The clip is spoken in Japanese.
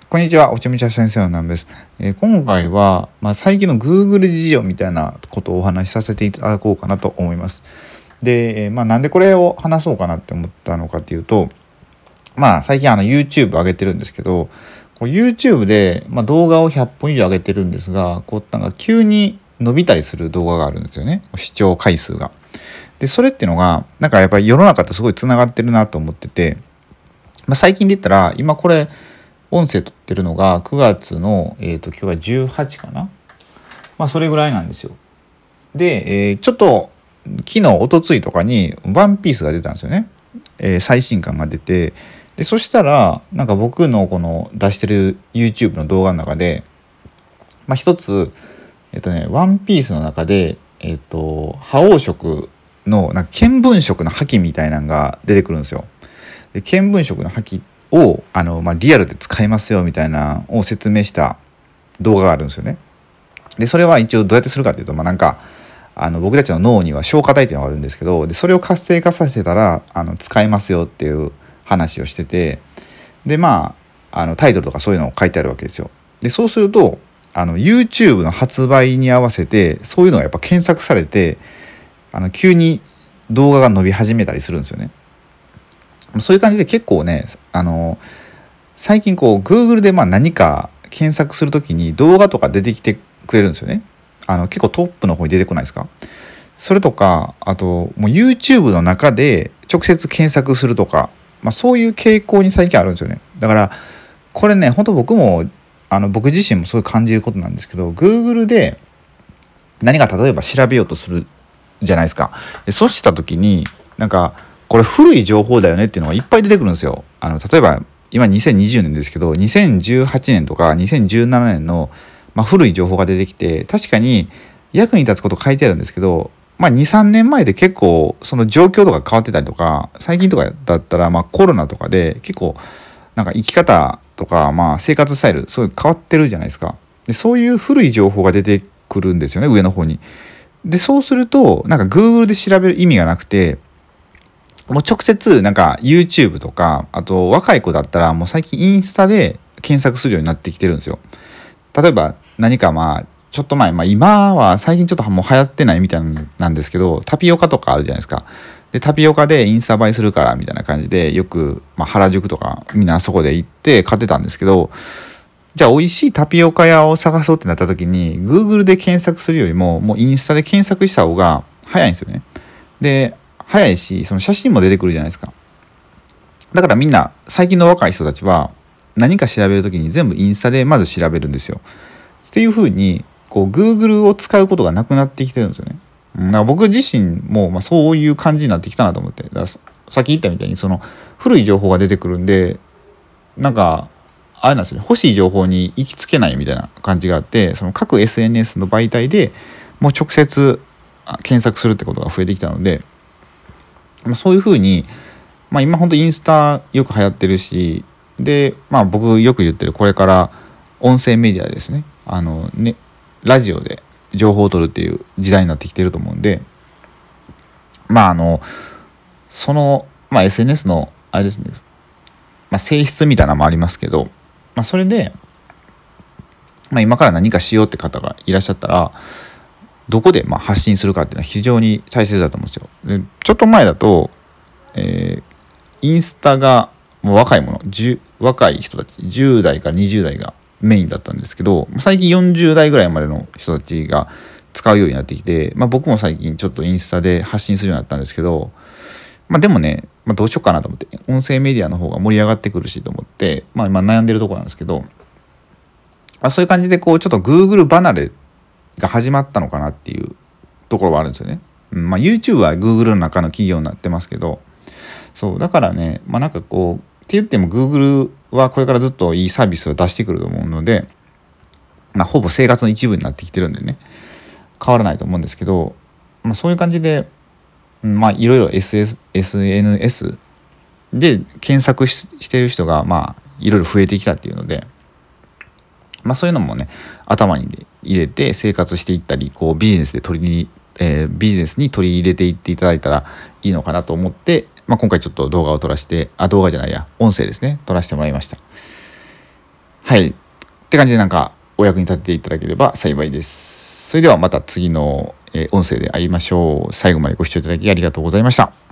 こんにちは、おちむちゃ先生のなんです。今回は、最近の Google 事情みたいなことをお話しさせていただこうかなと思います。で、なんでこれを話そうかなって思ったのかっていうと、最近YouTube 上げてるんですけど、YouTube で、動画を100本以上上げてるんですが、なんか急に伸びたりする動画があるんですよね、視聴回数が。で、それっていうのが、なんかやっぱり世の中とすごいつながってるなと思ってて、最近で言ったら、今これ、音声撮ってるのが9月の、今日は18かな、それぐらいなんですよ。で、ちょっと昨日一昨日とかにワンピースが出たんですよね。最新刊が出て、でそしたらなんか僕のこの出してる YouTube の動画の中で、一つワンピースの中で覇王色のなんか見聞色の覇気みたいなのが出てくるんですよ。で見聞色の覇気をリアルで使いますよみたいなのを説明した動画があるんですよね。でそれは一応どうやってするかというと、僕たちの脳には消化体っていうのがあるんですけど、でそれを活性化させたら使えますよっていう話をしてて、でタイトルとかそういうのを書いてあるわけですよ。でそうするとYouTube の発売に合わせてそういうのがやっぱ検索されて急に動画が伸び始めたりするんですよね。そういう感じで結構ね最近Google で何か検索するときに動画とか出てきてくれるんですよね。結構トップの方に出てこないですか。それとかあともう YouTube の中で直接検索するとか、そういう傾向に最近あるんですよね。だからこれね、本当僕も僕自身もそういう感じることなんですけど、 Google で何か例えば調べようとするじゃないですか。そうした時になんかこれ古い情報だよねっていうのがいっぱい出てくるんですよ。例えば今2020年ですけど、2018年とか2017年の、古い情報が出てきて、確かに役に立つこと書いてあるんですけど、2、3年前で結構その状況とか変わってたりとか、最近とかだったらコロナとかで結構なんか生き方とか生活スタイルそういう変わってるじゃないですか。でそういう古い情報が出てくるんですよね、上の方に。でそうするとなんか Google で調べる意味がなくて、もう直接なんか YouTube とか、あと若い子だったらもう最近インスタで検索するようになってきてるんですよ。例えば何かちょっと前、今は最近ちょっともう流行ってないみたいなんですけど、タピオカとかあるじゃないですか。でタピオカでインスタ映えするからみたいな感じでよく、原宿とかみんなそこで行って買ってたんですけど、じゃあ美味しいタピオカ屋を探そうってなった時に Google で検索するよりももうインスタで検索した方が早いんですよね。で早いし、その写真も出てくるじゃないですか。だからみんな最近の若い人たちは何か調べるときに全部インスタでまず調べるんですよ。っていうふうにGoogle を使うことがなくなってきてるんですよね。だから僕自身もそういう感じになってきたなと思って、だからさっき言ったみたいにその古い情報が出てくるんで、なんかあれなんですよね、欲しい情報に行きつけないみたいな感じがあって、その各 SNS の媒体でもう直接検索するってことが増えてきたので、そういうふうに、今本当インスタよく流行ってるし、で僕よく言ってるこれから音声メディアですね、ラジオで情報を取るっていう時代になってきてると思うんで、その、SNS のあれですね、性質みたいなのもありますけど、それで、今から何かしようって方がいらっしゃったら、どこで発信するかっていうのは非常に大切だと思うんですよ。でちょっと前だと、インスタがもう若い若い人たち10代か20代がメインだったんですけど、最近40代ぐらいまでの人たちが使うようになってきて、僕も最近ちょっとインスタで発信するようになったんですけど、でもね、どうしようかなと思って、音声メディアの方が盛り上がってくるしと思って、今悩んでるところなんですけど、そういう感じでちょっと Google 離れが始まったのかなっていうところはあるんですよね。YouTube は Google の中の企業になってますけど、そうだからね、なんかって言っても Google はこれからずっといいサービスを出してくると思うので、ほぼ生活の一部になってきてるんでね、変わらないと思うんですけど、そういう感じでいろいろ SNS で検索してる人がいろいろ増えてきたっていうので、そういうのもね頭に入れて生活していったり、ビジネスに取り入れていっていただいたらいいのかなと思って、今回ちょっと動画を撮らせて、動画じゃないや、音声ですね、撮らせてもらいました。 はいって感じでなんかお役に立てていただければ幸いです。それではまた次の音声で会いましょう。最後までご視聴いただきありがとうございました。